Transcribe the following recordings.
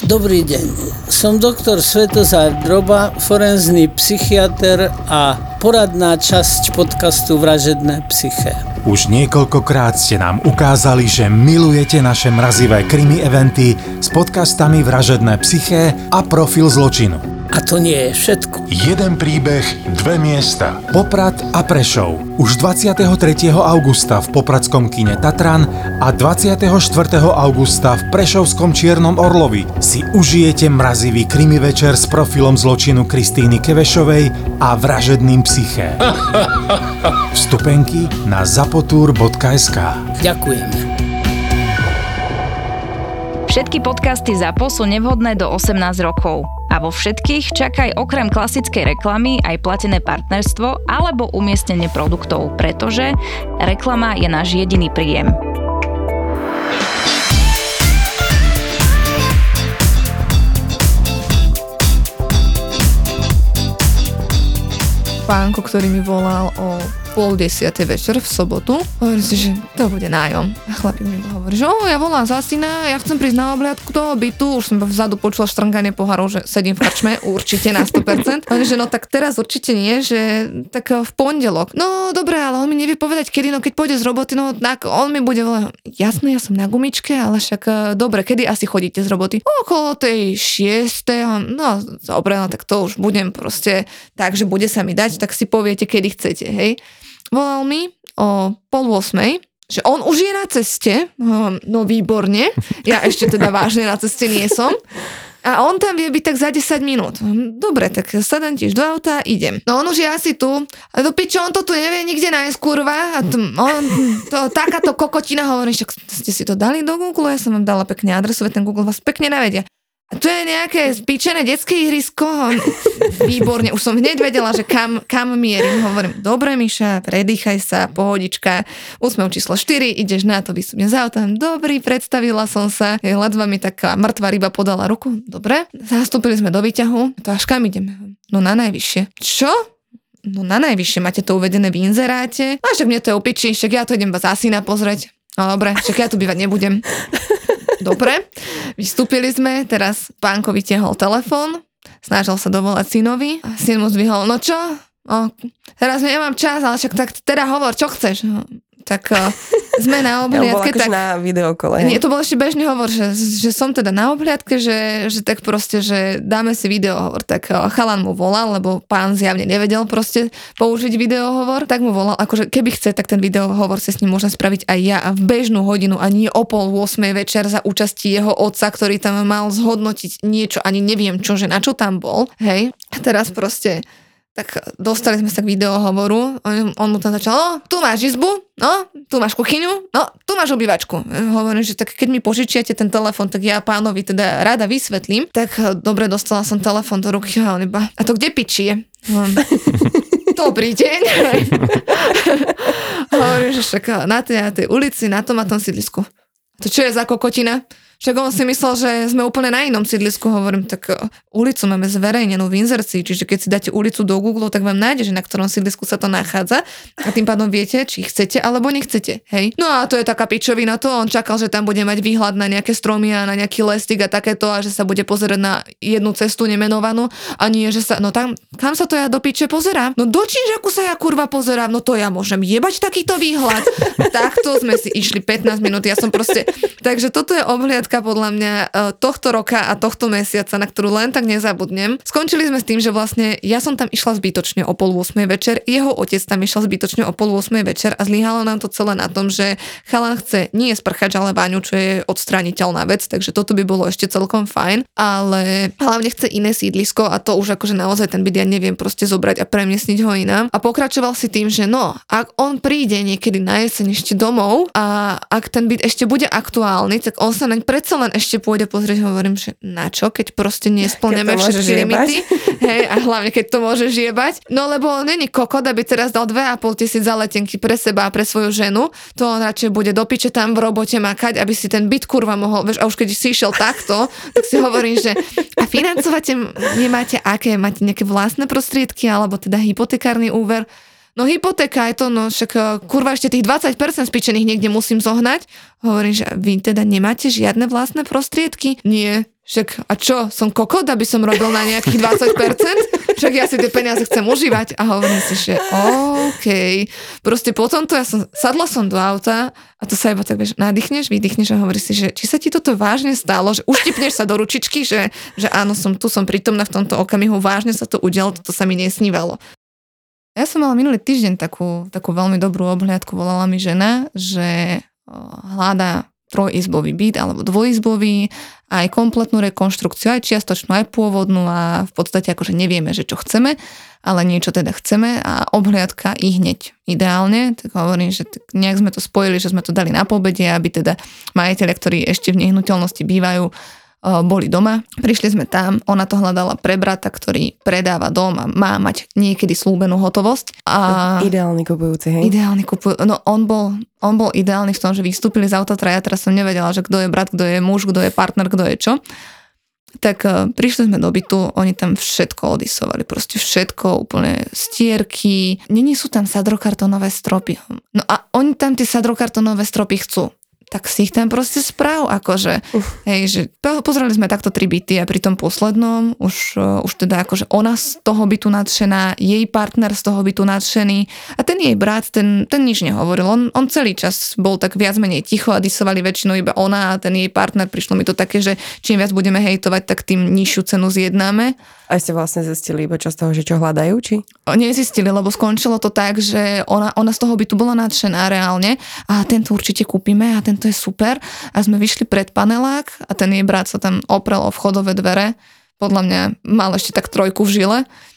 Dobrý deň, som doktor Svetozár Droba, forenzný psychiater a poradná časť podcastu Vražedné psyché. Už niekoľkokrát ste nám ukázali, že milujete naše mrazivé krimi eventy s podcastami Vražedné psyché a Profil zločinu. A to nie je všetko. Jeden príbeh, dve miesta. Poprad a Prešov. Už 23. augusta v popradskom kine Tatran a 24. augusta v prešovskom Čiernom Orlovi si užijete mrazivý krimi večer s profilom zločinu Kristýny Kevešovej a Vražedným psyché. Vstupenky na zapotur.sk. Ďakujeme. Všetky podcasty ZAPO sú nevhodné do 18 rokov. A vo všetkých čakaj okrem klasickej reklamy aj platené partnerstvo alebo umiestnenie produktov, pretože reklama je náš jediný príjem. Pánko, ktorý mi volal o 9:30 večer v sobotu. Hovorím si, že to bude nájom. A chlapík mi hovorí, že ja volám za syna, ja chcem prísť na obhliadku toho bytu. Už som vzadu počula štrnganie pohárov, že sedím v krčme, určite na 100%. Hovorím, že no tak teraz určite nie, že tak v pondelok. No dobre, ale on mi nevie povedať kedy, no keď pôjde z roboty, no tak on mi bude volať. Jasné, ja som na gumičke, ale však dobre, kedy asi chodíte z roboty? Okolo tej 6. No dobre, no tak to už budem proste tak, že bude sa mi dať, tak si poviete, kedy chcete, hej. Volal mi o 7:30, že on už je na ceste, no výborne, ja ešte teda vážne na ceste nie som, a on tam vie byť tak za 10 minút. Dobre, tak sadám tiež do auta a idem. No on už je asi tu, a do piče, on to tu nevie nikde nájsť, kurva, a takáto kokotina hovorí, že ste si to dali do Google, ja som vám dala pekne adresu, ten Google vás pekne navedia. A to je nejaké spíčené detské ihrisko. Výborne, už som hneď vedela, že kam mierim. Hovorím, dobre Miša, predýchaj sa, pohodička. Úsmev číslo 4, ideš na to, vystúpne z auta. Dobrý, predstavila som sa. Ledva mi taká mŕtva ryba podala ruku. Dobre, zastúpili sme do výťahu. To až kam ideme? No na najvyššie. Čo? No na najvyššie, máte to uvedené v inzeráte. A však mne to je upiči, však ja to idem za syna pozrieť. No dobre, však ja tu bývať nebudem. Dobre, vystúpili sme, teraz pánko vytiahol telefón, snažil sa dovolať synovi a syn mu zdvihol, no čo? Teraz nemám čas, ale však tak teda hovor, čo chceš? No, tak sme na obhliadke. Tak na videokole. Nie, to bol ešte bežný hovor, že som teda na obhliadke, že tak proste, že dáme si videohovor. Tak chalan mu volal, lebo pán zjavne nevedel proste použiť videohovor, tak mu volal, akože keby chce, tak ten videohovor sa s ním môžem spraviť aj ja a v bežnú hodinu a nie o 7:30 večer za účasti jeho otca, ktorý tam mal zhodnotiť niečo, ani neviem čo, že na čo tam bol, hej. A teraz proste tak dostali sme sa k videohovoru, on mu tam začal, tu máš izbu, tu máš kuchyňu, tu máš obývačku. Hovorím, že tak keď mi požičiate ten telefon, tak ja pánovi teda rada vysvetlím. Tak dobre, dostala som telefon do ruky a on iba, a to kde piči je? Dobrý deň. Hovorím, že však na tej ulici, na tom a tom sídlisku. To čo je za kokotina? Však on si myslel, že sme úplne na inom sídlisku. Hovorím, tak ulicu máme zverejnenú v inzercii, čiže keď si dáte ulicu do Google, tak vám nájde, že na ktorom sídlisku sa to nachádza a tým pádom viete, či chcete alebo nechcete. Hej. No a to je taká pičovina to, on čakal, že tam bude mať výhľad na nejaké stromy a na nejaký lestík a takéto a že sa bude pozerať na jednu cestu nemenovanú a nie, že sa, no tam, kam sa to ja do piče pozerám? No do Činžaku sa ja kurva pozerám, no to ja môžem jebať takýto výhľad. Takto sme si išli 15 minút, ja som proste, takže toto je obhliadka podľa mňa tohto roka a tohto mesiaca, na ktorú len tak nezabudnem. Skončili sme s tým, že vlastne ja som tam išla zbytočne o 7:30 večer, jeho otec tam išiel zbytočne o 7:30 večer a zlyhalo nám to celé na tom, že chalan chce nie sprchač, ale baňu, čo je odstrániteľná vec, takže toto by bolo ešte celkom fajn, ale hlavne chce iné sídlisko a to už akože naozaj ten byt ja neviem proste zobrať a premiestniť ho inám. A pokračoval si tým, že no, ak on príde niekedy na jeseň ešte domov a ak ten byt ešte bude aktuálny, tak on sa naň predsa len ešte pôjde pozrieť, hovorím, že na čo, keď proste nesplňame všetky limity. Hej, a hlavne, keď to môžeš jebať. No lebo on není kokot, aby teraz dal 2,5 tisíc za letenky pre seba a pre svoju ženu. To on radšej bude do piče tam v robote makať, aby si ten byt kurva mohol, vieš, a už keď si išiel takto, tak si hovorím, že a financovate nemáte aké? Máte nejaké vlastné prostriedky, alebo teda hypotekárny úver? no hypotéka je to, no však kurva ešte tých 20% spičených niekde musím zohnať. Hovorím, že vy teda nemáte žiadne vlastné prostriedky? Nie. Však a čo, som kokot, aby som robil na nejakých 20%? Však ja si tie peniaze chcem užívať. A hovorím si, že OK. Proste potom to sadla som do auta a to sa iba tak, vieš, nadýchneš, vydýchneš a hovoríš si, že či sa ti toto vážne stalo, že uštipneš sa do ručičky, že áno, som prítomná v tomto okamihu, vážne sa to udialo, toto sa mi nesnívalo. Ja som mala minulý týždeň takú veľmi dobrú obhliadku, volala mi žena, že hľadá trojizbový byt alebo dvojizbový, aj kompletnú rekonštrukciu, aj čiastočnú, aj pôvodnú a v podstate akože nevieme, že čo chceme, ale niečo teda chceme a obhliadka i hneď ideálne, tak hovorím, že nejak sme to spojili, že sme to dali na pobede, aby teda majiteľia, ktorí ešte v nehnuteľnosti bývajú, boli doma. Prišli sme tam, ona to hľadala pre brata, ktorý predáva dom a má mať niekedy slúbenú hotovosť. A ideálny kupujúci, hej? Ideálny kupujúci. No on bol ideálny v tom, že vystúpili z auta traja, teraz som nevedela, že kto je brat, kto je muž, kto je partner, kto je čo. Tak prišli sme do bytu, oni tam všetko odisovali, proste všetko, úplne stierky. Není sú tam sadrokartonové stropy. No a oni tam tie sadrokartonové stropy chcú. Tak si ich tam proste správ, akože, hej, že pozreli sme takto 3 byty a pri tom poslednom už teda akože ona z toho bytu nadšená, jej partner z toho bytu nadšený a ten jej brat, ten nič nehovoril, on celý čas bol tak viac menej ticho a disovali väčšinou iba ona a ten jej partner, prišlo mi to také, že čím viac budeme hejtovať, tak tým nižšiu cenu zjednáme. A ste vlastne zistili iba čo z toho, že čo hľadajú, či? Nezistili, lebo skončilo to tak, že ona z toho bytu bola nadšená reálne a tento určite kúpime a tento je super a sme vyšli pred panelák a ten jej brat sa tam oprel o vchodové dvere, podľa mňa mal ešte tak 3 v žile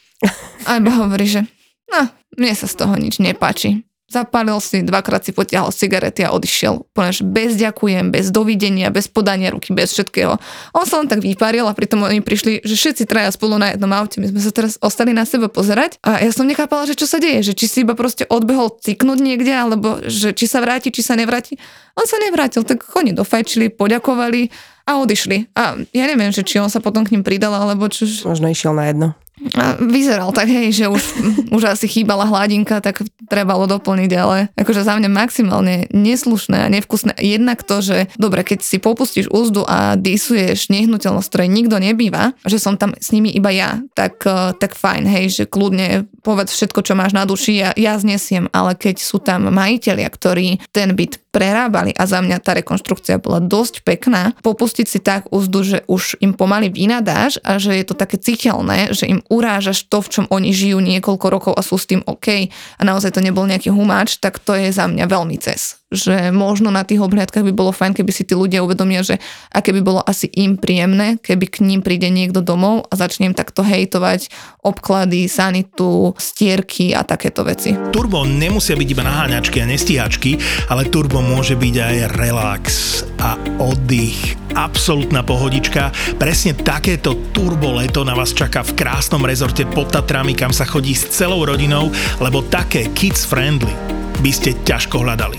a iba hovorí, že no, mne sa z toho nič nepáči. Zapálil si, 2-krát si potiahol cigarety a odišiel. Úplne, že bez ďakujem, bez dovidenia, bez podania ruky, bez všetkého. On sa len tak vyparil a pritom oni prišli, že všetci traja spolu na jednom aute. My sme sa teraz ostali na seba pozerať a ja som nechápala, že čo sa deje, že či si iba proste odbehol ciknúť niekde, alebo že či sa vráti, či sa nevráti. On sa nevrátil, tak oni dofajčili, poďakovali a odišli. A ja neviem, že či on sa potom k ním pridal, alebo čo. Možno išiel na jedno. A vyzeral tak, hej, že už asi chýbala hladinka, tak trebalo doplniť, ale akože za mňa maximálne neslušné a nevkusné. Jednak to, že dobre, keď si popustíš úzdu a disuješ nehnuteľnosť, ktorej nikto nebýva, že som tam s nimi iba ja, tak fajn, hej, že kľudne povedz všetko, čo máš na duši a ja znesiem, ale keď sú tam majitelia, ktorí ten byt prerábali a za mňa tá rekonštrukcia bola dosť pekná, popustiť si tak úzdu, že už im pomaly vynadáš a že je to také citeľné, že im urážaš to, v čom oni žijú niekoľko rokov a sú s tým OK a naozaj to nebol nejaký humáč, tak to je za mňa veľmi cez. Že možno na tých obhliadkach by bolo fajn, keby si tí ľudia uvedomia, že aké by bolo asi im príjemné, keby k ním príde niekto domov a začne im takto hejtovať obklady, sanitu, stierky a takéto veci. Turbo nemusia byť iba naháňačky a nestíhačky, ale turbo môže byť aj relax a oddych. Absolútna pohodička. Presne takéto turbo leto na vás čaká v krásnom rezorte pod Tatrami, kam sa chodí s celou rodinou, lebo také kids friendly by ste ťažko hľadali.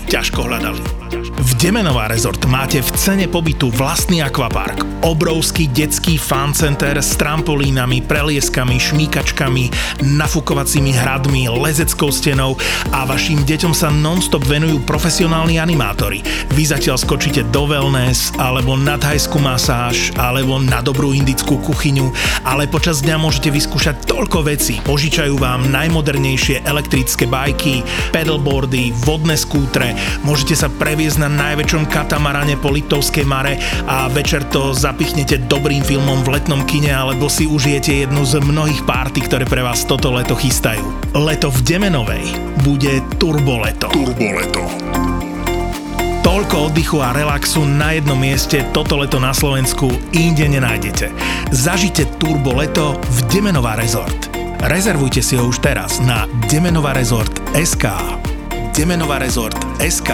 V Demenová rezort máte v cene pobytu vlastný akvapark, obrovský detský fan center s trampolínami, prelieskami, šmíkačkami, nafúkovacími hradmi, lezeckou stenou a vašim deťom sa non-stop venujú profesionálni animátori. Vy zatiaľ skočíte do wellness, alebo na thajskú masáž, alebo na dobrú indickú kuchyňu, ale počas dňa môžete vyskúšať toľko vecí. Požičajú vám najmodernejšie elektrické bajky, pedalboardy, vodné skútre, môžete sa previesť na najväčšom katamarane po Liptovskej Mare a večer to zapichnete dobrým filmom v letnom kine alebo si užijete jednu z mnohých párty, ktoré pre vás toto leto chystajú. Leto v Demenovej bude turboleto. Toľko oddychu a relaxu na jednom mieste toto leto na Slovensku inde nenájdete. Zažite turboleto v Demenová rezort. Rezervujte si ho už teraz na demenovarezort.sk. demenovarezort.sk.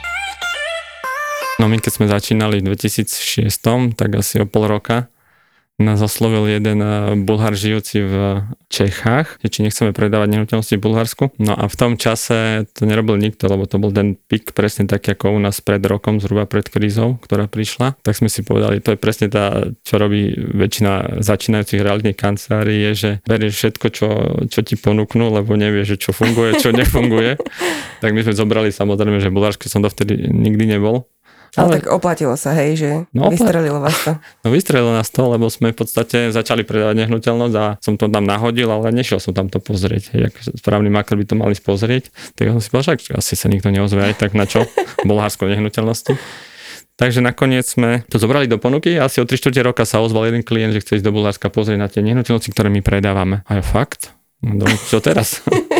No my keď sme začínali v 2006, tak asi o pol roka, nás oslovil jeden Bulhár žijúci v Čechách, či nechceme predávať nehnuteľnosti v Bulharsku. No a v tom čase to nerobil nikto, lebo to bol ten pik presne tak, ako u nás pred rokom, zhruba pred krízou, ktorá prišla. Tak sme si povedali, to je presne tá, čo robí väčšina začínajúcich realitných kancelárií, je, že berieš všetko, čo ti ponúknú, lebo nevieš, že čo funguje, čo nefunguje. Tak my sme zobrali, samozrejme, že v Bulharsku som dovtedy nikdy nebol. Ale tak oplatilo sa, hej, že vystrelilo vás to. No vystrelilo nás to, lebo sme v podstate začali predávať nehnuteľnosť a som to tam nahodil, ale nešiel som tam to pozrieť. Hej, ako správny makler by to mali pozrieť. Tak som si povedal, že asi sa nikto neozve, aj tak na čo Bulharsko nehnuteľnosti. Takže nakoniec sme to zobrali do ponuky a asi o 3/4 roka sa ozval jeden klient, že chce ísť do Bulharska pozrieť na tie nehnuteľnosti, ktoré my predávame. A ja fakt? No, čo teraz?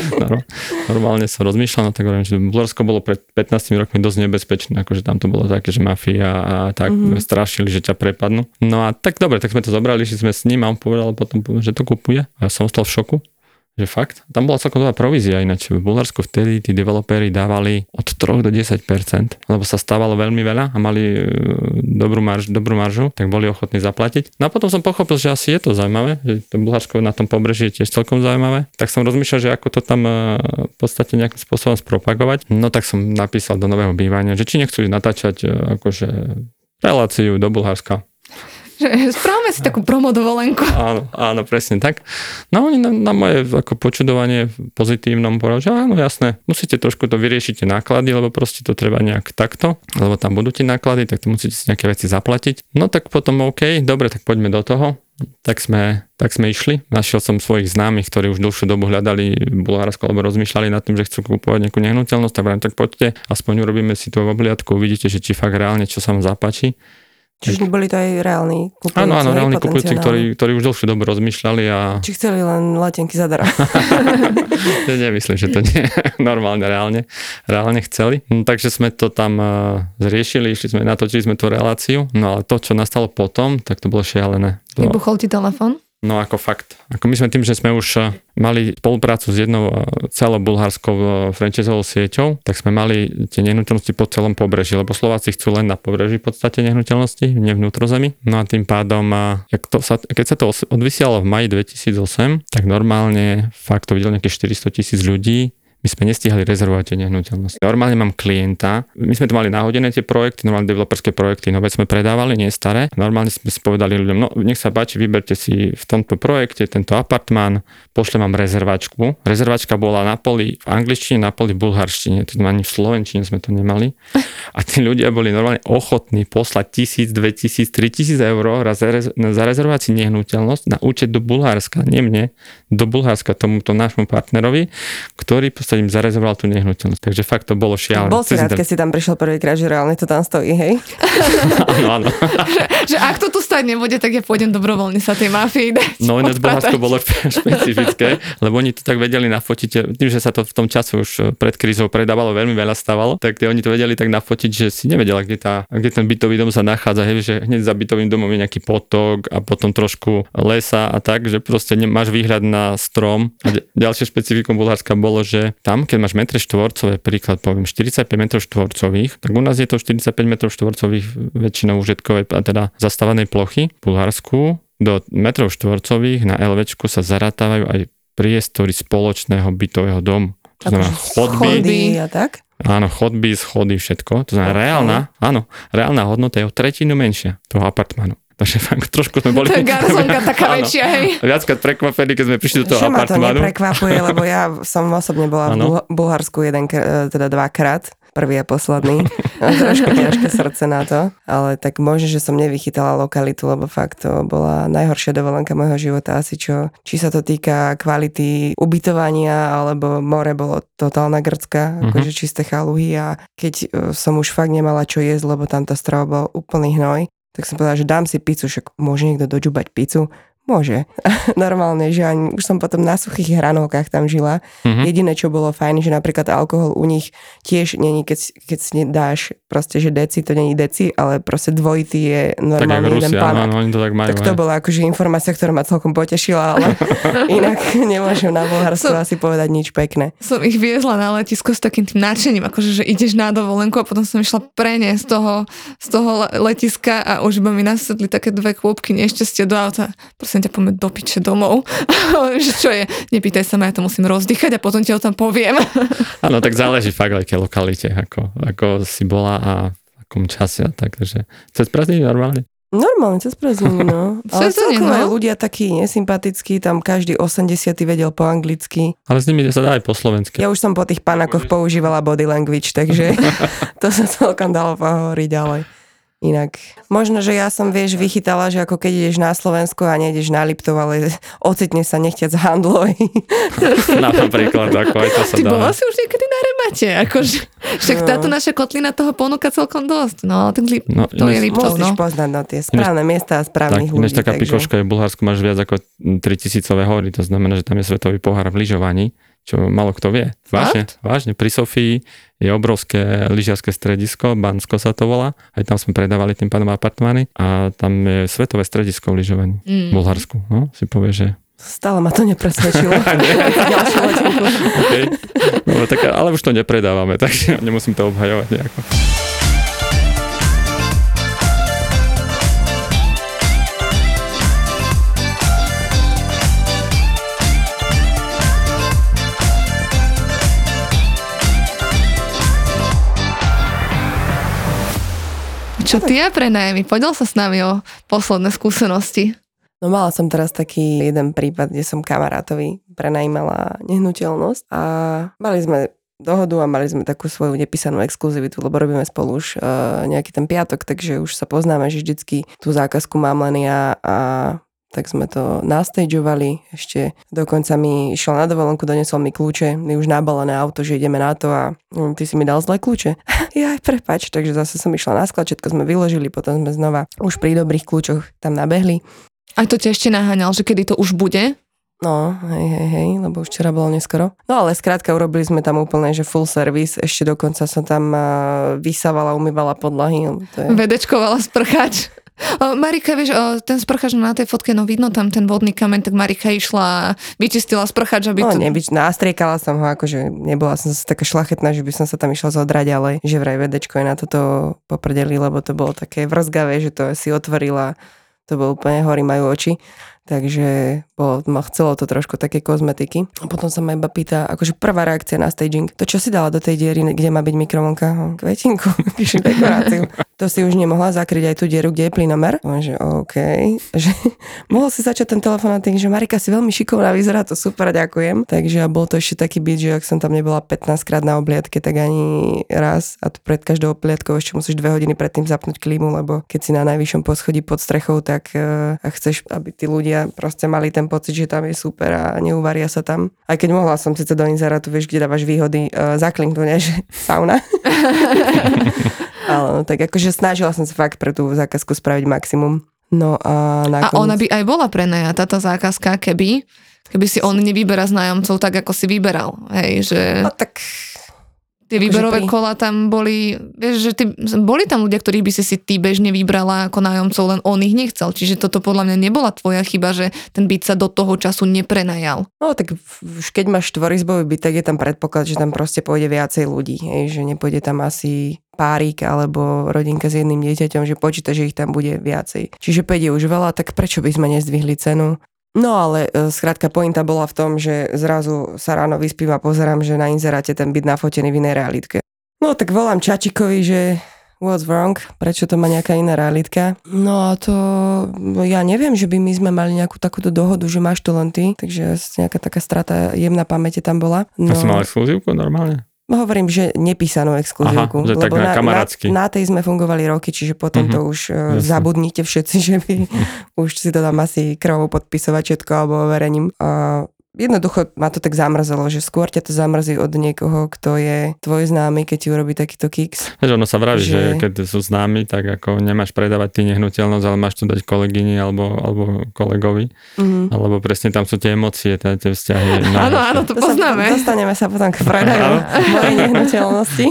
Normálne som rozmýšľal, no tak hovorím, že Bulharsko bolo pred 15 rokmi dosť nebezpečné, akože tam to bolo také, že mafia a tak strašili, že ťa prepadnú. No a tak dobre, tak sme to zobrali, že sme s ním a on povedal potom, že to kupuje. A ja som ostal v šoku, že fakt. Tam bola celkom dobrá provízia, ináč v Bulharsku vtedy tí developeri dávali od 3 do 10%, lebo sa stávalo veľmi veľa a mali dobrú maržu, tak boli ochotní zaplatiť. No a potom som pochopil, že asi je to zaujímavé, že to Bulharsko na tom pobreží je tiež celkom zaujímavé. Tak som rozmýšľal, že ako to tam v podstate nejakým spôsobom spropagovať. No tak som napísal do Nového bývania, že či nechcú natáčať akože reláciu do Bulharska. Správame si takú promodovolenku. Áno, presne tak. No oni na moje ako počudovanie pozitívnom povedali, že áno, jasné, musíte trošku to vyriešiť tie náklady, lebo proste to treba nejak takto, lebo tam budú tie náklady, tak to musíte si nejaké veci zaplatiť. No tak potom OK, dobre, tak poďme do toho. Tak sme išli. Našiel som svojich známych, ktorí už dlhšiu dobu hľadali Bulharsko, alebo rozmýšľali nad tým, že chcú kúpovať nejakú nehnuteľnosť, tak poďte, aspoň urobíme si to v obliadku, uvidíte, že či fakt reálne, čo sa vám zapáči. Čiže boli to aj reálni kupujúci. Áno, reálni kupujúci, ktorí už dlhšiu dobu rozmýšľali a... Či chceli len letenky zadarmo. Nemyslím, že to nie normálne, reálne chceli. No, takže sme to tam zriešili, natočili sme tú reláciu, no ale to, čo nastalo potom, tak to bolo šialené. Vybuchol ti telefon? No ako fakt. Ako my sme tým, že sme už mali spoluprácu s jednou celou bulharskou franchisovou sieťou, tak sme mali tie nehnuteľnosti po celom pobreží, lebo Slováci chcú len na pobreží v podstate nehnuteľnosti, nie vnútrozemí. No a tým pádom, keď sa to odvysialo v maji 2008, tak normálne fakt to videlo nejaké 400,000 ľudí. My sme nestihali rezervovať tie nehnuteľnosti. Normálne mám klienta, my sme to mali nahodené tie projekty, normálne developerské projekty, nové sme predávali, nie staré. Normálne sme si povedali ľuďom, no nech sa páči, vyberte si v tomto projekte tento apartmán, pošlem vám rezervačku. Rezervačka bola na poli v angličtine, na poli v bulharštine, to ani v slovenčine sme to nemali. A tí ľudia boli normálne ochotní poslať 1,000, 2,000, 3,000 eur za rezerváciu nehnuteľnosť na účet do Bulharska, nie mne, do Bulharska, tomuto nášmu partnerovi, ktorý im zarezervoval tú nehnuteľnosť. Takže fakt to bolo šialené. Bol si rád, keď si tam prišiel prvýkrát, že reálne to tam stojí, hej? Áno. že ak to tu stať nebude, tak ja pôjdem dobrovoľne sa tej mafii dať. No ináč Bulharsko bolo špecifické, lebo oni to tak vedeli nafotiť, tým, že sa to v tom čase už pred krízou predávalo, veľmi veľa stávalo, tak oni to vedeli tak nafotiť, že si nevedela, kde ten bytový dom sa nachádza, hej, že hneď za bytovým domom je nejaký potok a potom trošku lesa a tak, že proste máš výhľad na strom. A ďalšie špecifikum Bulharska bolo, že tam, keď máš metre štvorcové, príklad poviem, 45 metrov štvorcových, tak u nás je to 45 metrov štvorcových väčšinou užitkovej, teda zastávanej plochy. V Bulharsku do metrov štvorcových na LVčku sa zarátávajú aj priestory spoločného bytového domu. To znamená chodby a tak? Áno, chodby, schody, všetko. To znamená reálna hodnota je o tretinu menšia toho apartmánu. Takže fakt trošku sme boli... To je garzonka taká väčšia, hej. Viackrát prekvapení, keď sme prišli do toho apartmánu. Čo ma to neprekvapuje, lebo ja som osobne bola v Bulharsku dvakrát, prvý a posledný. Mám trošku ťažké srdce na to, ale tak možno, že som nevychytala lokalitu, lebo fakt to bola najhoršia dovolenka môjho života asi či sa to týka kvality ubytovania, alebo more bolo totálna grcka, akože čisté chaluhy a keď som už fakt nemala čo jesť, lebo tam tá strava bola úplný hnoj, tak som povedala, že dám si pizzu, však môže niekto doďubať pizzu. Môže. Normálne, že ani, už som potom na suchých hranolkách tam žila. Jediné, čo bolo fajn, že napríklad alkohol u nich tiež není, keď si dáš proste, že deci, to není deci, ale proste dvojitý je normálne jeden pán. Oni to tak majú. Tak to bola akože informácia, ktorá ma celkom potešila, ale inak nemôžem na Bulharsku asi povedať nič pekné. Som ich viezla na letisko s takým tým nadšením, akože, že ideš na dovolenku a potom som išla preniesť z toho letiska a už iba mi nasedli také 2 kôpky nešťastia do auta. Prosím ťa, poďme do piče domov. Že čo je? Nepýtaj sa ma, ja to musím rozdýchať a potom ti o tom poviem. Áno, tak záleží fakt aj aké lokalite, ako si bola a v akom čase a tak, takže cez prázdniny normálne. Normálne, cez prázdniny, no. Ale celkovo aj ľudia takí nesympatickí, tam každý 80 vedel po anglicky. Ale s nimi sa dá aj po slovensky. Ja už som po tých panakoch používala body language, takže to sa celkom dalo pohovoriť ďalej. Inak, možno, že ja som, vieš, vychytala, že ako keď ideš na Slovensku a nejdeš na Liptov, ale ocitne sa nechtiac handloj. Napríklad, ako aj to sa dá. Ty bola si už niekedy na Remate, akože. Však táto naša kotlina toho ponúka celkom dosť. No, tak to je Liptov, musíš poznať tie správne miesta a správnych ľudí. Taká pikoška je v Bulharsku, máš viac ako 3000 hory, to znamená, že tam je svetový pohár v lyžovaní, čo málo kto vie. Vážne. Pri Sofii je obrovské lyžiarske stredisko, Bansko sa to volá, aj tam sme predávali tým pádom apartmány a tam je svetové stredisko v lyžovaní v Bulharsku. No, si povie, že... Stále ma to nepresvedčilo. Okay. No, tak, ale už to nepredávame, takže nemusím to obhajovať nejako. Čo ty ja prenajmi? Podiel sa s nami o posledné skúsenosti. No mala som teraz taký jeden prípad, kde som kamarátovi prenajímala nehnuteľnosť a mali sme dohodu a mali sme takú svoju nepísanú exkluzivitu, lebo robíme spolu už nejaký ten piatok, takže už sa poznáme, že vždycky tú zákazku mám len ja a tak sme to nastageovali, ešte dokonca mi išiel na dovolenku, donesol mi kľúče, my už nabalené auto, že ideme na to a ty si mi dal zlé kľúče. Ja aj prepáč, takže zase som išla na sklad, všetko sme vyložili, potom sme znova už pri dobrých kľúčoch tam nabehli. A to ťa ešte naháňal, že kedy to už bude? No, hej, lebo už včera bolo neskoro. No ale skrátka urobili sme tam úplne, že full service, ešte dokonca som tam vysávala, umývala podlahy. Vedečkovala sprchač. Marika, vieš, ten sprchač na tej fotke, no vidno tam ten vodný kameň, tak Marika išla, vyčistila sprchač, aby to... nastriekala som ho, akože nebola som zase taká šlachetná, že by som sa tam išla zodrať, ale že vraj vedečko je na toto poprdeli, lebo to bolo také vrzgavé, že to si otvorila, to bolo úplne hory majú oči. Takže chcelo to trošku také kozmetiky. A potom sa ma iba pýta, akože prvá reakcia na staging, to čo si dala do tej diery, kde má byť mikrovlnka? Kvetinku, píši dekoráciu. To si už nemohla zakryť aj tú dieru, kde je plynomer? Že OK. Že mohol si začať ten telefonát, že Marika si veľmi šikovná, vyzerá to super, ďakujem. Takže bol to ešte taký byt, že ak som tam nebola 15 krát na obliadke, tak ani raz. A to pred každou obliadkou ešte musíš 2 hodiny predtým zapnúť klímu, lebo keď si na najvyššom poschodí pod strechou, tak a chceš, aby tí ľudia proste mali ten pocit, že tam je super a neuvaria sa tam. Aj keď mohla som síce do inzerátu, vieš, kde dávaš výhody, zaklinknú, ne, že sauna. Ale no, tak akože snažila som sa fakt pre tú zákazku spraviť maximum. No a nakoniec... A ona by aj bola prenajatá, tá zákazka, keby si on nevyberá s nájomcov tak, ako si vyberal. Hej, že... No tak... Tie výberové kola tam boli, vieš, že boli tam ľudia, ktorých by si ty bežne vybrala ako nájomcov, len on ich nechcel. Čiže toto podľa mňa nebola tvoja chyba, že ten byt sa do toho času neprenajal. No tak už keď máš štvorizbový byt, tak je tam predpoklad, že tam proste pôjde viacej ľudí. Hej, že nepôjde tam asi párik alebo rodinka s jedným dieťaťom, že počíta, že ich tam bude viacej. Čiže 5 je už veľa, tak prečo by sme nezdvihli cenu? No ale skrátka pointa bola v tom, že zrazu sa ráno vyspím a pozerám, že na inzeráte ten byt nafotený v inej realitke. No tak volám Čačikovi, že what's wrong, prečo to má nejaká iná realitka. No a to ja neviem, že by my sme mali nejakú takúto dohodu, že máš to len ty, takže nejaká taká strata jemná pamäte tam bola. No. A si mal exkluzívku normálne? Hovorím, že nepísanú exkluzívku. Aha, že tak kamarátsky. Na tej sme fungovali roky, čiže potom to už zabudnite všetci, že by už si to tam asi krvou podpisovať všetko alebo overením. A jednoducho ma to tak zamrzelo, že skôr ťa to zamrzí od niekoho, kto je tvoj známy, keď ti urobí takýto kiks. Že ono sa vraví, že keď sú známi, tak ako nemáš predávať ty nehnuteľnosť, ale máš to dať kolegyni alebo kolegovi. Alebo presne tam sú tie emócie, tie vzťahy. Áno, to poznáme. Dostaneme sa potom k predaju mojej nehnuteľnosti.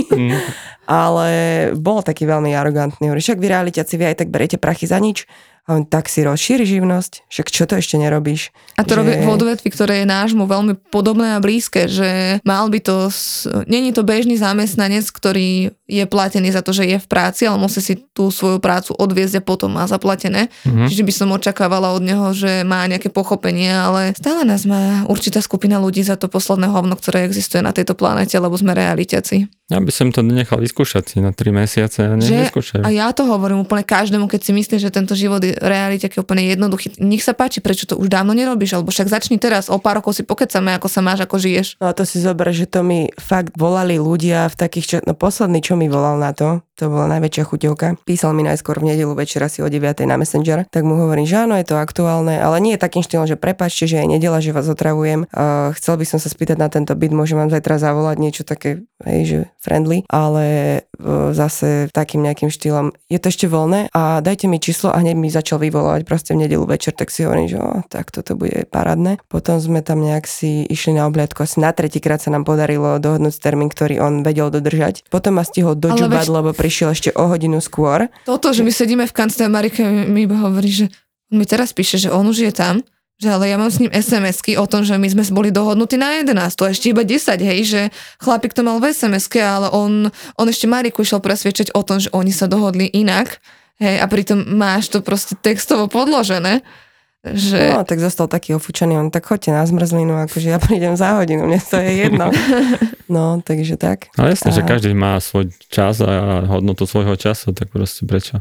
Ale bol taký veľmi arogantný. Hovorí, však vy realiťaci, vy aj tak berete prachy za nič. A on tak si rozšíri živnosť, však čo to ešte nerobíš? A to robí v odvetvi, ktoré je nášmu veľmi podobné a blízke, že mal by to, není to bežný zamestnanec, ktorý je platený za to, že je v práci, ale musí si tú svoju prácu odviezť a potom má zaplatené. Čiže by som očakávala od neho, že má nejaké pochopenie, ale stále nás má určitá skupina ľudí za to posledné hovno, ktoré existuje na tejto planete, lebo sme realiťaci. Ja by som to nechal vyskúšať si na 3 mesiace a neskúšajú. A ja to hovorím úplne každému, keď si myslíš, že tento život je realite aký úplne jednoduchý. Nech sa páči, prečo to už dávno nerobíš, alebo však začni teraz, o pár rokov si pokecame, ako sa máš, ako žiješ. No a to si zober, že to mi fakt volali ľudia v takých, posledný, čo mi volal na to bola najväčšia chuťovka. Písal mi najskôr v nedeľu večer asi o 9:00 na Messenger, tak mu hovorím, že áno, je to aktuálne, ale nie je takým štýlom, že prepáčte, že je nedeľa, že vás otravujem. Chcel by som sa spýtať na tento byt, môžem vám zajtra zavolať niečo také, že friendly, ale zase takým nejakým štýlom, je to ešte voľné a dajte mi číslo a hneď mi začal vyvolávať proste v nedeľu večer, tak si hovorím, že tak toto bude parádne. Potom sme tam nejak si išli na obhliadku, asi na 3-krát sa nám podarilo dohodnúť termín, ktorý on vedel dodržať. Potom ma stihol dožubať, lebo prišiel ešte o hodinu skôr. Toto, že my sedíme v kancli Amerike, mi iba hovorí, že on mi teraz píše, že on už je tam, že ale ja mám s ním SMS-ky o tom, že my sme boli dohodnutí na 11, to ešte iba 10, hej, že chlapík to mal v SMS-ke, ale on ešte Mariku išiel presviečať o tom, že oni sa dohodli inak, hej, a pritom máš to proste textovo podložené. Že... No, tak zostal taký ofúčaný, on tak choďte na zmrzlinu, akože ja prídem za hodinu, mne to je jedno. No, takže tak. Ale jasne, že každý má svoj čas a hodnotu svojho času, tak proste prečo?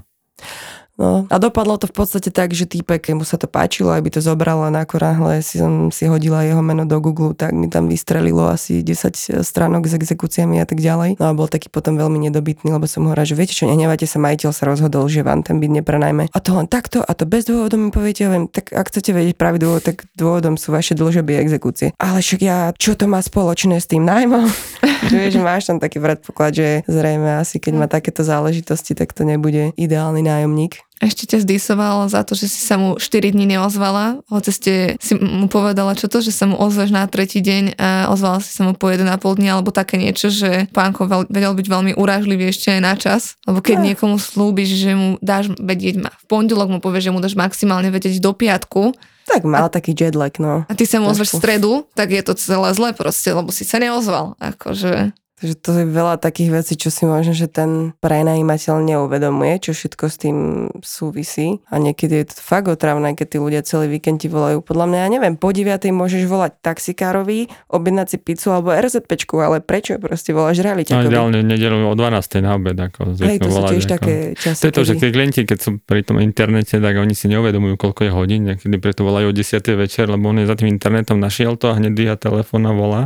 No, a dopadlo to v podstate tak, že týpek, mu sa to páčilo, aby to zobral, len ako náhle som si hodila jeho meno do Google, tak mi tam vystrelilo asi 10 stránok s exekúciami a tak ďalej. No a bol taký potom veľmi nedobytný, lebo som hovorila, že viete čo, nehnevajte sa, majiteľ sa rozhodol, že vám ten byt neprenajme. A to len takto, a to bez dôvodu mi poviete, ja viem, tak ak chcete vedieť pravý dôvod, tak dôvodom sú vaše dlžoby a exekúcie. Ale však ja, čo to má spoločné s tým nájmom? Že máš tam taký predpoklad, že zrejme asi keď má takéto záležitosti, tak to nebude ideálny nájomník. Ešte ťa zdisoval za to, že si sa mu 4 dní neozvala. Hoci ste si mu povedala čo to, že sa mu ozveš na 3. deň a ozvala si sa mu po 1,5 dní alebo také niečo, že pánko vedel byť veľmi urážlivý ešte aj na čas. Lebo keď niekomu slúbiš, že mu dáš vedieť, v pondelok mu povieš, že mu dáš maximálne vedieť do piatku, tak mal taký jetlag, no. A ty sa mu ozveš v stredu, tak je to celé zle proste, lebo si sa neozval. Akože... Takže to je veľa takých vecí, čo si možno, že ten prenajímateľ neuvedomuje, čo všetko s tým súvisí. A niekedy je to fakt otravné, keď tí ľudia celý víkend ti volajú. Podľa mňa, ja neviem, po 9:00 môžeš volať taxikárovi, objednať si pizzu alebo RZPčku, ale prečo proste voláš realiťakovi? No ideálne nedeľu o 12:00 na obed. Hej, to sú tiež také časy. To je to, že tí klienti, keď sú pri tom internete, tak oni si neuvedomujú, koľko je hodín. Niekedy preto volajú o 10:00 večer, lebo on je za tým internetom, našiel to a hneď dvíha telefón a volá.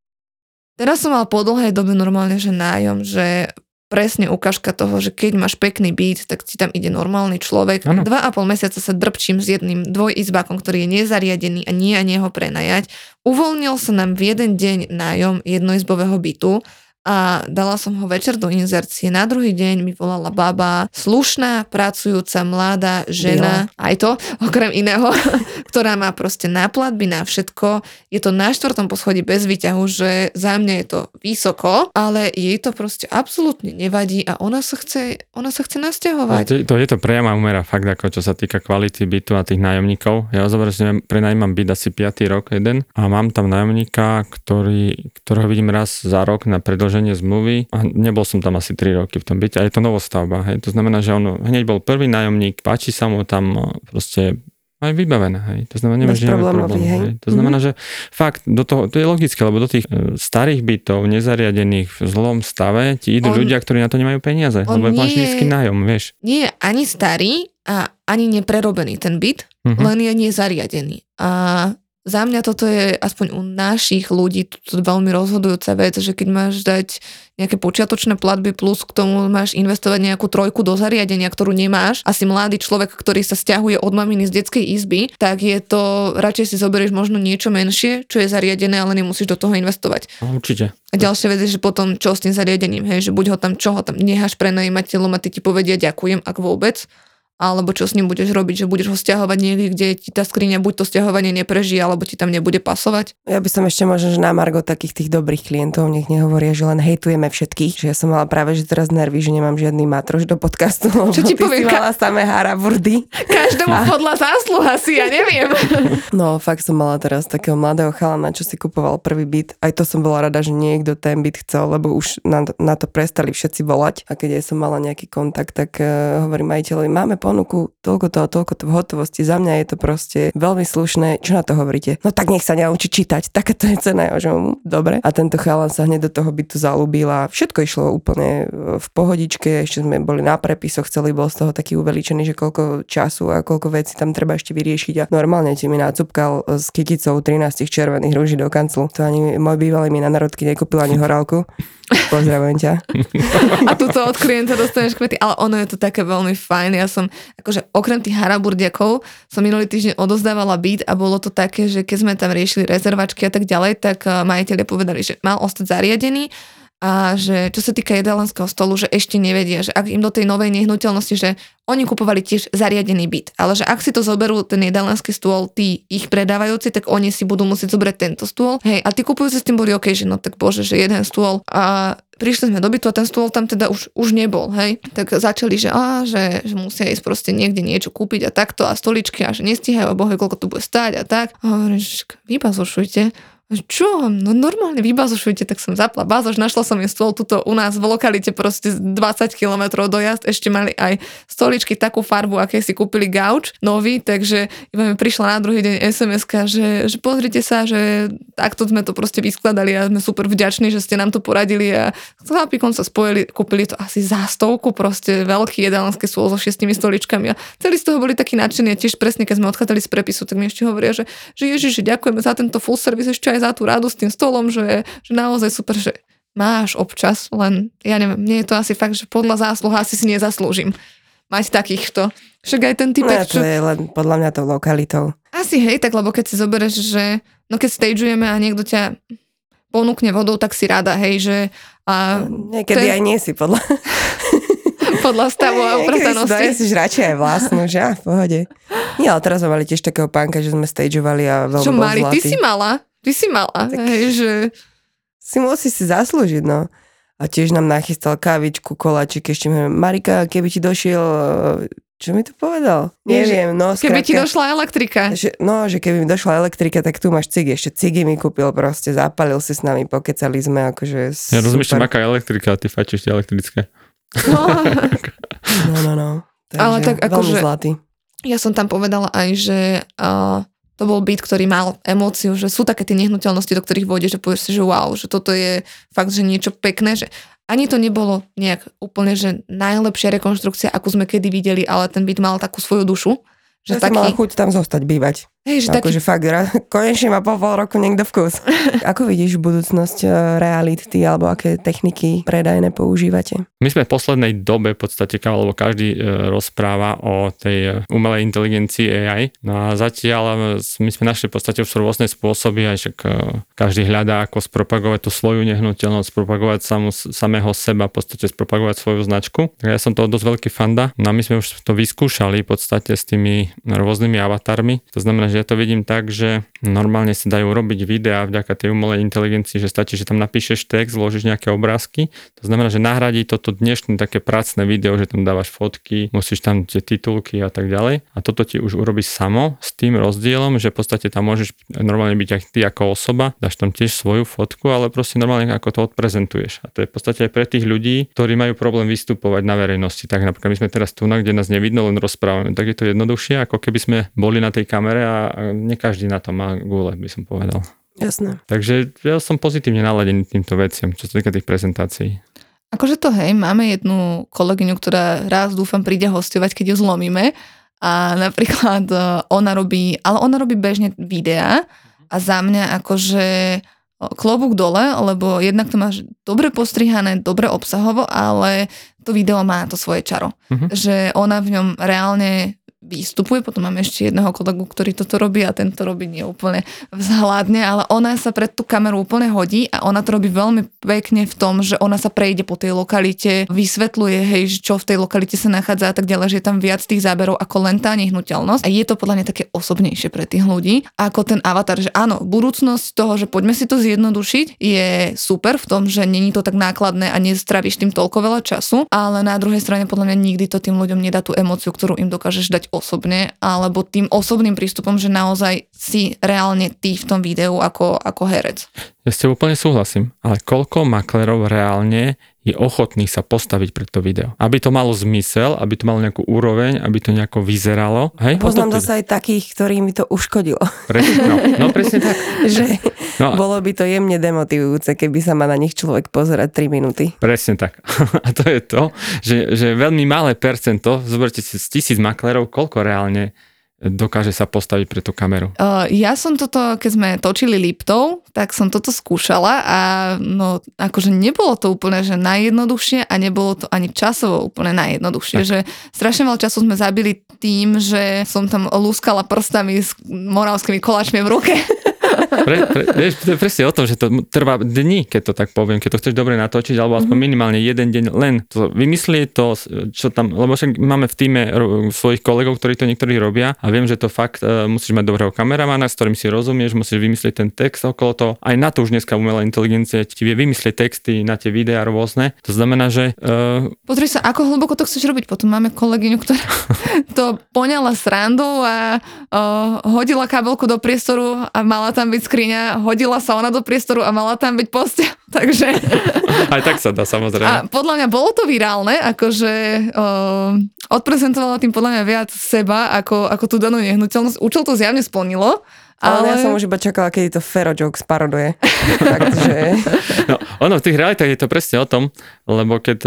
Teraz som mal po dlhej dobe normálne, že nájom, že presne ukážka toho, že keď máš pekný byt, tak ti tam ide normálny človek. 2,5 mesiaca sa drpčím s jedným dvojizbákom, ktorý je nezariadený a nie ho prenajať. Uvoľnil sa nám v jeden deň nájom jednoizbového bytu a dala som ho večer do inzercie. Na druhý deň mi volala baba, slušná, pracujúca, mladá žena, aj to, okrem iného, ktorá má proste na platby, na všetko. Je to na 4. poschodí bez výťahu, že za mňa je to vysoko, ale jej to proste absolútne nevadí a ona sa chce nasťahovať. To je to priama úmera, fakt, ako čo sa týka kvality bytu a tých nájomníkov. Ja zoberiem, prenajímam byt asi 5. rok jeden a mám tam nájomníka, ktorého vidím raz za rok na predĺženie zmluvy a nebol som tam asi 3 roky v tom byte a je to novostavba. Hej. To znamená, že on hneď bol prvý nájomník, páči sa mu tam proste aj vybavené. Hej. To znamená, nemáš žiadny problém. Hej. To znamená, že fakt, to je logické, lebo do tých starých bytov, nezariadených v zlom stave, ti idú ľudia, ktorí na to nemajú peniaze, lebo máš nízky nájom, vieš. Nie je ani starý a ani neprerobený ten byt, len je nezariadený. A za mňa toto je aspoň u našich ľudí to veľmi rozhodujúca vec, že keď máš dať nejaké počiatočné platby plus k tomu máš investovať nejakú trojku do zariadenia, ktorú nemáš, asi mladý človek, ktorý sa sťahuje od maminy z detskej izby, tak je to, radšej si zoberieš možno niečo menšie, čo je zariadené, ale nemusíš do toho investovať. Určite. A ďalšia vec je, že potom čo s tým zariadením, hej, že buď ho tam necháš prenajímateľom a ty ti povedia ďakujem, ak vôbec, alebo čo s ním budeš robiť, že budeš ho stiahovať niekde, kde ti tá skriňa buď to stiahovanie neprežije, alebo ti tam nebude pasovať. Ja by som ešte možno, že na margo takých tých dobrých klientov, nech nehovoria, že len hejtujeme všetkých, že ja som mala práve, že teraz nervy, že nemám žiadny matroš do podcastu, čo ti poviem? Ty si mala samé haraburdy. Každému podľa zásluh asi, ja neviem. No, fakt som mala teraz takého mladého chalana, čo si kupoval prvý byt. Aj to som bola rada, že niekto ten byt chcel, lebo už na to prestali všetci volať. A keď ja som mala nejaký kontakt, tak hovorím majiteľovi, máme ponuku toľko to v hotovosti. Za mňa je to proste veľmi slušné. Čo na to hovoríte? No tak nech sa naučí čítať. Taká to je cena. Ja, že dobre. A tento chalan sa hneď do toho bytu zalúbil a všetko išlo úplne v pohodičke. Ešte sme boli na prepisoch, celý bol z toho taký uveličený, že koľko času a koľko vecí tam treba ešte vyriešiť. A normálne ti mi nacupkal s kyticou 13 červených rúží do kanclu. To ani môj bývalý mi na narodky nekúpil ani horálku. Pozdravujem ťa. A tuto od klienta dostaneš kvety, ale ono je to také veľmi fajn. Ja som, akože okrem tých haraburdiakov, som minulý týždeň odozdávala byt a bolo to také, že keď sme tam riešili rezervačky a tak ďalej, tak majitelia povedali, že mal ostať zariadený a že čo sa týka jedálenského stolu, že ešte nevedia, že ak im do tej novej nehnuteľnosti, že oni kupovali tiež zariadený byt, ale že ak si to zoberú ten jedálenský stôl, tí ich predávajúci, tak oni si budú musieť zobrať tento stôl. Hej, a tí kupujúci s tým boli OK, že no tak bože, že jeden stôl a prišli sme do bytu a ten stôl tam teda už nebol, hej. Tak začali, že musia ísť proste niekde niečo kúpiť a takto a stoličky a že nestíhajú a bohe, koľko to bude stáť a tak. A hovorím, že vybazošujte. Čo? No normálne vybazošujte, tak som zapla bazoš, našla som im stôl tuto u nás v lokalite proste 20 km dojazd, ešte mali aj stoličky takú farbu, aké si kúpili gauč nový, takže iba mi prišla na druhý deň SMS-ka, že pozrite sa, že takto sme to proste vyskladali a sme super vďační, že ste nám to poradili a s chlapíkom sa spojili, kúpili to asi za 100, proste veľký jedálenský stôl so 6 stoličkami a celí z toho boli takí nadšení a tiež presne, keď sme odchádzali z prepisu, tak mi ešte hovoria, že Ježiš, ďakujeme za tento full service, ešte aj za tú radu s tým stolom, že naozaj super, že máš občas, len ja neviem, mne je to asi fakt, že podľa zásluh asi si nezaslúžim mať takýchto. Však aj ten typek, no, to je len podľa mňa tou lokalitou. Asi hej, tak lebo keď si zoberieš, že no keď stageujeme a niekto ťa ponúkne vodou, tak si rada, hej, že a niekedy aj nie si podľa stavu a upratanosti. Niekedy si radšej aj vlastnú, že v pohode. Nie, ale teraz sme mali tiež takého pánka, že sme stageovali a veľmi čo bol mali? zlatý. Ty si mala, hej, že si musí si zaslúžiť, no. A tiež nám nachystal kávičku, koláčik, ešte mi Marika, keby ti došiel, čo mi to povedal? Neviem, no keby ti došla elektrika. Že keby mi došla elektrika, tak tu máš cigy, ešte cigy mi kúpil proste, zapalil si s nami, pokecali sme, akože ja rozmýšľam, aká elektrika, ty fajčíš tie elektrické. No. Takže ale tak akože zlatý. Ja som tam povedala aj, že to bol byt, ktorý mal emóciu, že sú také tie nehnuteľnosti, do ktorých vôjdeš, že povieš si, že wow, že toto je fakt, že niečo pekné, že ani to nebolo nejak úplne, že najlepšia rekonštrukcia, akú sme kedy videli, ale ten byt mal takú svoju dušu. Že ja som mala chuť tam zostať bývať. Hej, že akože fakt, konečne ma po pol roku niekto vkus. Ako vidíš budúcnosť realít ty, alebo aké techniky predajné používate? My sme v poslednej dobe v podstate, alebo každý rozpráva o tej umelej inteligencii AI. No a zatiaľ my sme našli v podstate už rôzne spôsoby, aj však každý hľadá, ako spropagovať tú svoju nehnuteľnosť, spropagovať samého seba, v podstate spropagovať svoju značku. Ja som toho dosť veľký fanda. No a my sme už to vyskúšali v podstate s tými rôznymi avatarmi. To znamená, že ja to vidím tak, že normálne si dajú robiť videá vďaka tej umelej inteligencii, že stačí, že tam napíšeš text, zložíš nejaké obrázky. To znamená, že nahradí toto dnešné také pracné video, že tam dávaš fotky, musíš tam tie titulky a tak ďalej. A toto ti už urobí samo s tým rozdielom, že v podstate tam môžeš normálne byť aj ty ako osoba, dáš tam tiež svoju fotku, ale proste normálne ako to odprezentuješ. A to je v podstate aj pre tých ľudí, ktorí majú problém vystupovať na verejnosti. Tak napríklad my sme teraz tu, kde nás nevidno, len rozprávame. Tak je to jednoduchšie, ako keby sme boli na tej kamere a nie každý na to má gule, by som povedal. Jasné. Takže ja som pozitívne naladený týmto veciam, čo sa týka tých prezentácií. Akože to hej, máme jednu kolegyňu, ktorá raz dúfam príde hostovať, keď ju zlomíme a napríklad ona robí bežne videá A za mňa akože klobúk dole, lebo jednak to máš dobre postrihané, dobre obsahovo, ale to video má to svoje čaro. Že ona v ňom reálne výstupuje, potom máme ešte jedného kolegu, ktorý toto robí a tento robí nie úplne vzhľadne, ale ona sa pred tú kameru úplne hodí a ona to robí veľmi pekne v tom, že ona sa prejde po tej lokalite, vysvetľuje, hej, čo v tej lokalite sa nachádza a tak ďalej, že je tam viac tých záberov ako len tá nehnuteľnosť a je to podľa mňa také osobnejšie pre tých ľudí, ako ten avatar, že áno, budúcnosť toho, že poďme si to zjednodušiť, je super v tom, že není to tak nákladné a nestravíš tým toľko veľa času, ale na druhej strane podľa mňa nikdy to tým ľuďom nedá tú emóciu, ktorú im dokážeš dať osobne, alebo tým osobným prístupom, že naozaj si reálne ty v tom videu ako herec. Ja s tebou úplne súhlasím, ale koľko maklerov reálne je ochotných sa postaviť pred to video? Aby to malo zmysel, aby to malo nejakú úroveň, aby to nejako vyzeralo. Hej? Poznám zase aj takých, ktorým by to uškodilo. Presne tak. Že bolo by to jemne demotivujúce, keby sa má na nich človek pozerať 3 minúty. Presne tak. A to je to, že veľmi malé percento, zoberte si z 1000 maklerov, koľko reálne dokáže sa postaviť pre tú kameru? Ja som toto, keď sme točili Liptov, tak som toto skúšala a no akože nebolo to úplne, že najjednoduchšie a nebolo to ani časovo úplne najjednoduchšie, že strašne veľa času sme zabili tým, že som tam lúskala prstami s moravskými koláčmi v ruke. To je presne o tom, že to trvá dni, keď to tak poviem, keď to chceš dobre natočiť, alebo aspoň minimálne jeden deň len to vymyslieť to, čo tam, lebo však máme v tíme svojich kolegov, ktorí to niektorí robia a viem, že to fakt musíš mať dobrého kameramana, s ktorým si rozumieš, musíš vymyslieť ten text okolo toho. Aj na to už dneska umelá inteligencia ti vie vymyslieť texty na tie videá rôzne. To znamená, že... Pozri sa, ako hlboko to chceš robiť. Potom máme kolegyňu, ktorá to poňala srandu a hodila kabelku do priestoru a mala tam byť skriňa, hodila sa ona do priestoru a mala tam byť posteľ. Takže... Aj tak sa dá, samozrejme. A podľa mňa bolo to virálne, akože odprezentovala tým podľa mňa viac seba, ako tú danú nehnuteľnosť. Účel to zjavne splnilo. Ale ja som už iba čakala, kedy to Fero Jokes paroduje. Takže... No, ono v tých realitách je to presne o tom, lebo keď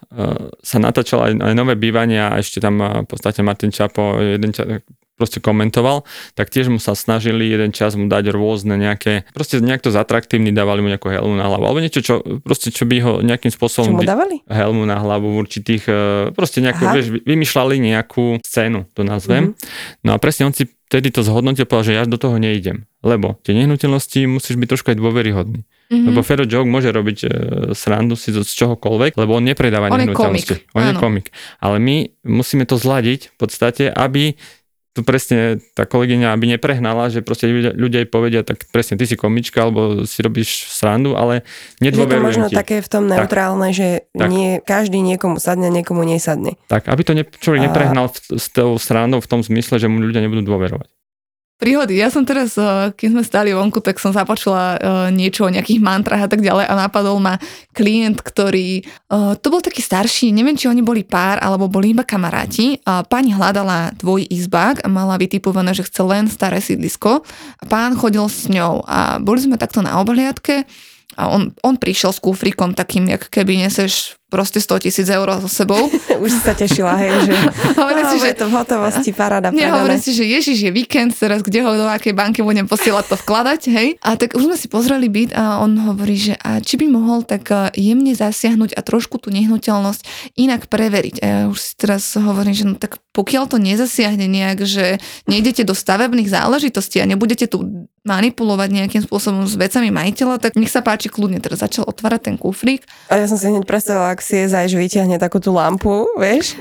sa natáčalo aj nové bývania a ešte tam v podstate Martin Čapo jeden čas proste komentoval, tak tiež mu sa snažili jeden čas mu dať rôzne nejaké, proste nejak to zatraktívni, dávali mu nejakú helmu na hlavu, alebo niečo, čo by ho nejakým spôsobom... Čo mu dávali? Helmu na hlavu v určitých, proste nejakú, vieš, vymýšľali nejakú scénu, to nazvem. No a presne on si vtedy to zhodnotil, povedal, že ja do toho neidem, lebo tie nehnuteľnosti musíš byť trošku aj dôveryhodný. Lebo Fero Joke môže robiť srandu si z čohokoľvek, lebo on nepredáva nehnuteľnosti. On je komik. Ale my musíme to zladiť v podstate, aby tu presne tá kolegyňa, aby neprehnala, že proste ľudia jej povedia, tak presne ty si komička, alebo si robíš srandu, ale nedôverujem ti. Je to možno také v tom neutrálne, že nie, každý niekomu sadne, niekomu nesadne. Tak, aby to človek neprehnal s tou srandou v tom zmysle, že mu ľudia nebudú dôverovať. Príhody. Ja som teraz, keď sme stáli vonku, tak som započula niečo o nejakých mantrách a tak ďalej a napadol ma klient, ktorý, to bol taký starší, neviem, či oni boli pár, alebo boli iba kamaráti. Pani hľadala dvojizbák a mala vytipované, že chce len staré sídlisko. A pán chodil s ňou a boli sme takto na obhliadke a on prišiel s kufríkom takým, jak keby neseš proste 100,000 eur so sebou. Už sa tešila, hej, že si, že je to v hotovosti, paráda, predané. Hovorím si, že ježiš, je víkend, teraz kde ho do akej banky budem posielať to vkladať, hej. A tak už sme si pozreli byt a on hovorí, že a či by mohol tak jemne zasiahnuť a trošku tú nehnuteľnosť inak preveriť. A ja už si teraz hovorím, že no tak pokiaľ to nezasiahne nejak, že nejdete do stavebných záležitostí a nebudete tu manipulovať nejakým spôsobom s vecami majiteľa, tak nech sa páči kľudne. Teraz začal otvárať ten kufrík. A ja som si hneď predstavila, ak si že vyťahne takú tú lampu, vieš,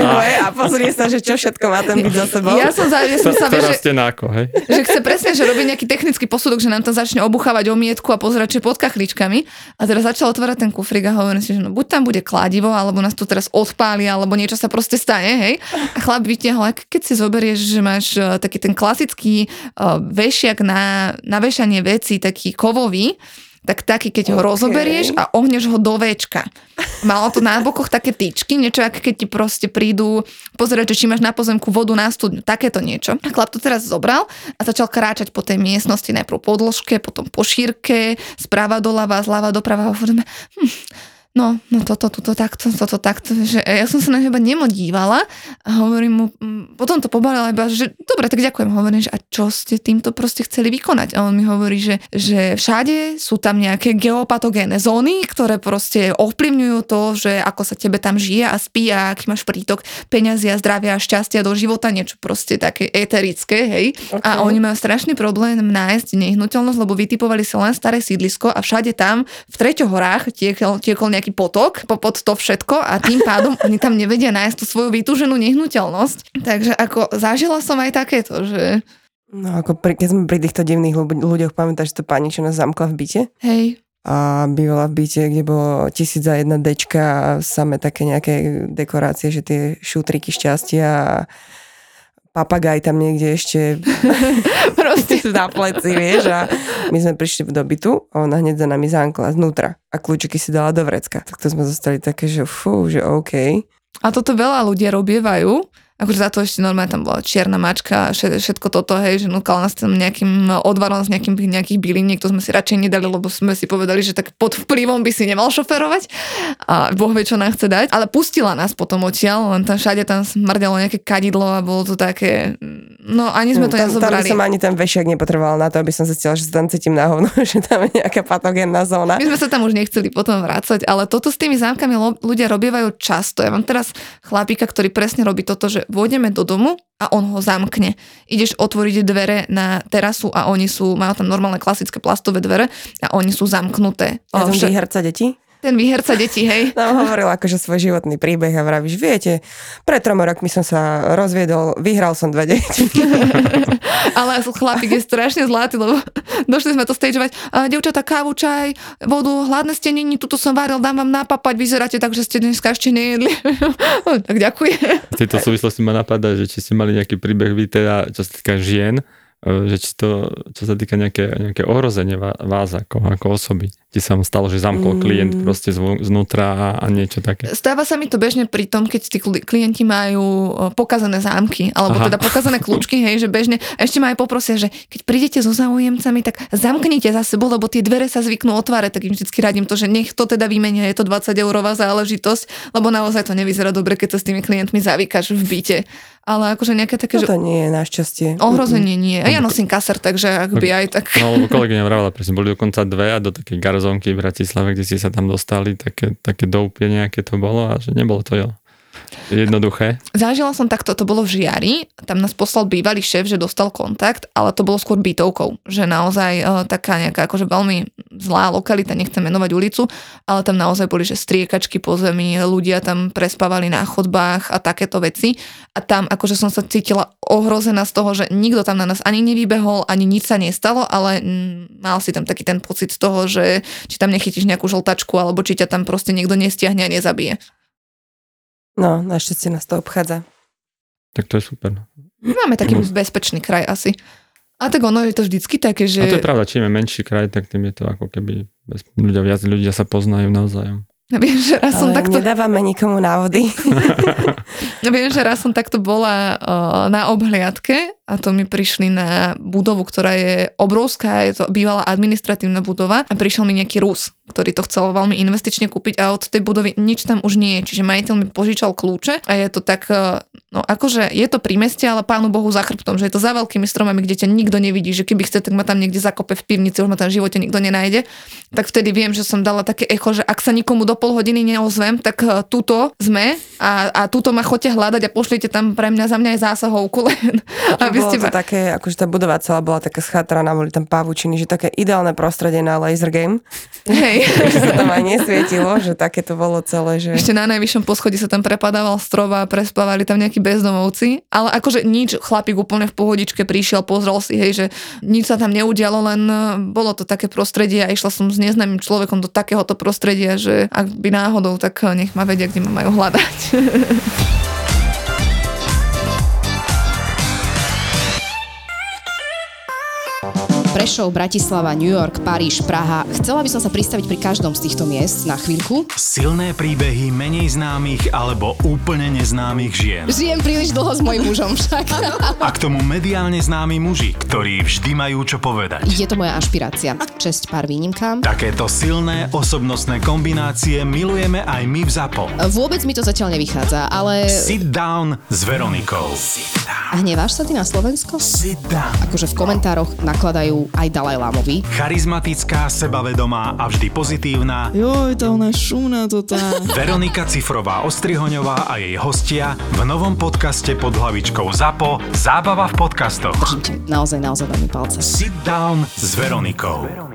a pozrie sa, že čo všetko má ten byť za sebou. Ja som sa, hej. Že chce presne, že robí nejaký technický posudok, že nám tam začne obuchávať omietku a pozerať, čo je pod kachličkami. A teraz začal otvárať ten kufrík a hovorím si, že no, buď tam bude kladivo, alebo nás tu teraz odpáli, alebo niečo sa proste stane, hej. A chlap vytiahol, keď si zoberieš, že máš taký ten klasický vešiak na vešanie veci, taký kovový, tak taký, keď ho rozoberieš a ohneš ho do Včka. Malo to na bokoch také tyčky, niečo ako keď ti proste prídu pozerať, či máš na pozemku vodu na studňu, takéto niečo. A chlap to teraz zobral a začal kráčať po tej miestnosti, najprv po dĺžke, potom po šírke, sprava doľava, zľava doprava. No toto takto, že ja som sa na neho iba nemodívala a hovorím mu, potom to pobalila iba, že dobre, tak ďakujem, hovorím, že a čo ste týmto proste chceli vykonať? A on mi hovorí, že všade sú tam nejaké geopatogénne zóny, ktoré proste ovplyvňujú to, že ako sa tebe tam žije a spí a aký máš prítok peňazí a zdravia a šťastia do života, niečo proste také eterické, hej. Okay. A oni majú strašný problém nájsť nehnuteľnosť, lebo vytipovali sa len staré sídlisko a všade tam v Treťoch horách tiekol nejaký potok pod to všetko a tým pádom oni tam nevedia nájsť tú svoju vytúženú nehnuteľnosť. Takže ako zažila som aj takéto, že... No ako keď sme pri týchto divných ľuďoch, pamätáš to pani, čo nás zamkla v byte? Hej. A bývala v byte, kde bolo 1001 dečka a samé také nejaké dekorácie, že tie šutriky šťastia a papagaj tam niekde ešte proste na pleci, vieš, a my sme prišli do bytu a ona hneď za nami zamkla znútra a kľúčiky si dala do vrecka. Tak to sme zostali také, že že OK. A toto veľa ľudí robievajú, akože za to ešte normálne tam bola čierna mačka a všetko toto, hej, že núkala nás tam nejakým odvarom z nejakých byliniek, to sme si radšej nedali, lebo sme si povedali, že tak pod vplyvom by si nemal šoferovať a Boh vie, čo nám chce dať. Ale pustila nás potom odtiaľ, len tam všade tam smrdelo nejaké kadidlo a bolo to také, no ani sme to nezobrali. Tam som ani ten vešiak nepotreboval na to, aby som zistila, že sa tam cítim na hovno, že tam je nejaká patogénna zóna. My sme sa tam už nechceli potom vrácať, ale toto s tými zámkami ľudia robievajú často. Ja mám teraz chlapíka, ktorý presne robí toto, že vôjdeme do domu a on ho zamkne. Ideš otvoriť dvere na terasu a majú tam normálne klasické plastové dvere a oni sú zamknuté. Ja som výherca detí? Ten výherca detí, hej. Nám hovoril akože svoj životný príbeh a vravíš, viete, pred 3 rokmi som sa rozviedol, vyhral som 2 deti. Ale chlapík je strašne zlatý, lebo došli sme to stageovať. Dievčatá, kávu, čaj, vodu, hladné ste neni, tuto som varil, dám vám napapať, vyzeráte tak, že ste dneska ešte nejedli. Tak ďakujem. V tejto súvislosti ma napadá, že či ste mali nejaký príbeh vy teda, čo sa týka žien, že či to, čo sa týka nejaké ohrozenie vás ako osoby. Ti sa mu stalo, že zamkol klient proste znútra a niečo také. Stáva sa mi to bežne pri tom, keď tí klienti majú pokazané zámky, alebo teda pokazané kľúčky, hej, že bežne ešte ma aj poprosia, že keď prídete so záujemcami, tak zamknite za sebou, lebo tie dvere sa zvyknú otvárať, tak im vždycky radím to, že nech to teda vymenia, je to 20-eurová záležitosť, lebo naozaj to nevyzerá dobre, keď sa s tými klientmi zavíkaš v byte. Ale akože nejaké také, že... To nie je našťastie. Ohrozenie nie. A ja nosím kaser, takže ak by aj tak... No, lebo kolegyňa vravela, presne, boli dokonca 2 a do takej garzónky v Bratislave, kde si sa tam dostali, také doupie nejaké to bolo a že nebolo to jednoduché. Zažila som takto, to bolo v Žiari, tam nás poslal bývalý šéf, že dostal kontakt, ale to bolo skôr bytovkou, že naozaj taká nejaká akože veľmi zlá lokalita, nechcem menovať ulicu, ale tam naozaj boli, že striekačky po zemi, ľudia tam prespávali na chodbách a takéto veci a tam akože som sa cítila ohrozená z toho, že nikto tam na nás ani nevybehol, ani nič sa nestalo, ale mal si tam taký ten pocit z toho, že či tam nechytíš nejakú žltačku, alebo či ťa tam proste niekto nestiahne a nezabije. No, našťastie nás to obchádza. Tak to je super. Máme taký bezpečný kraj asi. A tak ono je to vždycky také, že... A to je pravda, čím je menší kraj, tak tým je to ako keby viac ľudia sa poznajú navzájom. Viem, že raz som takto... nedávame nikomu návody. Viem, že raz som takto bola na obhliadke a to mi prišli na budovu, ktorá je obrovská, je to bývalá administratívna budova a prišiel mi nejaký Rus, ktorý to chcel veľmi investične kúpiť a od tej budovy nič tam už nie je. Čiže majiteľ mi požičal kľúče a je to tak, no akože je to pri meste, ale pánu Bohu za chrbtom, že je to za veľkými stromami, kde ťa nikto nevidí, že keby chce, tak ma tam niekde zakope v pivnici, už ma tam v živote nikto nenájde. Tak vtedy viem, že som dala také echo, že ak sa nikomu do pol hodiny neozvem, tak tuto sme a tuto ma choďte hľadať a pošlite tam pre mňa, za mňa aj zásahovku len. Bolo to také, akože tá budova celá bola taká schatraná, boli tam pavučiny, že také ideálne prostredie na laser game. Hej. Že sa tam aj nesvietilo, že také to bolo celé. Že... Ešte na najvyššom poschodí sa tam prepadával strop a prespávali tam nejakí bezdomovci, ale akože nič, chlapík úplne v pohodičke prišiel, pozrel si, hej, že nič sa tam neudialo, len bolo to také prostredie a išla som s neznámym človekom do takéhoto prostredia, že ak by náhodou, tak nech ma vedia, kde ma majú hľadať. Prešov, Bratislava, New York, Paríž, Praha. Chcela by som sa pristaviť pri každom z týchto miest na chvíľku. Silné príbehy menej známych alebo úplne neznámych žien. Žijem príliš dlho s mojím mužom však. A k tomu mediálne známi muži, ktorí vždy majú čo povedať. Je to moja ašpirácia. Česť pár výnimkám. Takéto silné osobnostné kombinácie milujeme aj my v ZAPO. Vôbec mi to zatiaľ nevychádza, ale... Sit down s Veronikou. A hneváš sa ty na Slovensko? Sit down. Akože v komentároch nakladajú aj Dalajlámovi. Charizmatická, sebavedomá a vždy pozitívna. Joj, tá ona šumná to tá. Veronika Cifrová-Ostrihoňová a jej hostia v novom podcaste pod hlavičkou ZAPO Zábava v podcastoch. Držím ti naozaj veľmi palce. Sit down s Veronikou.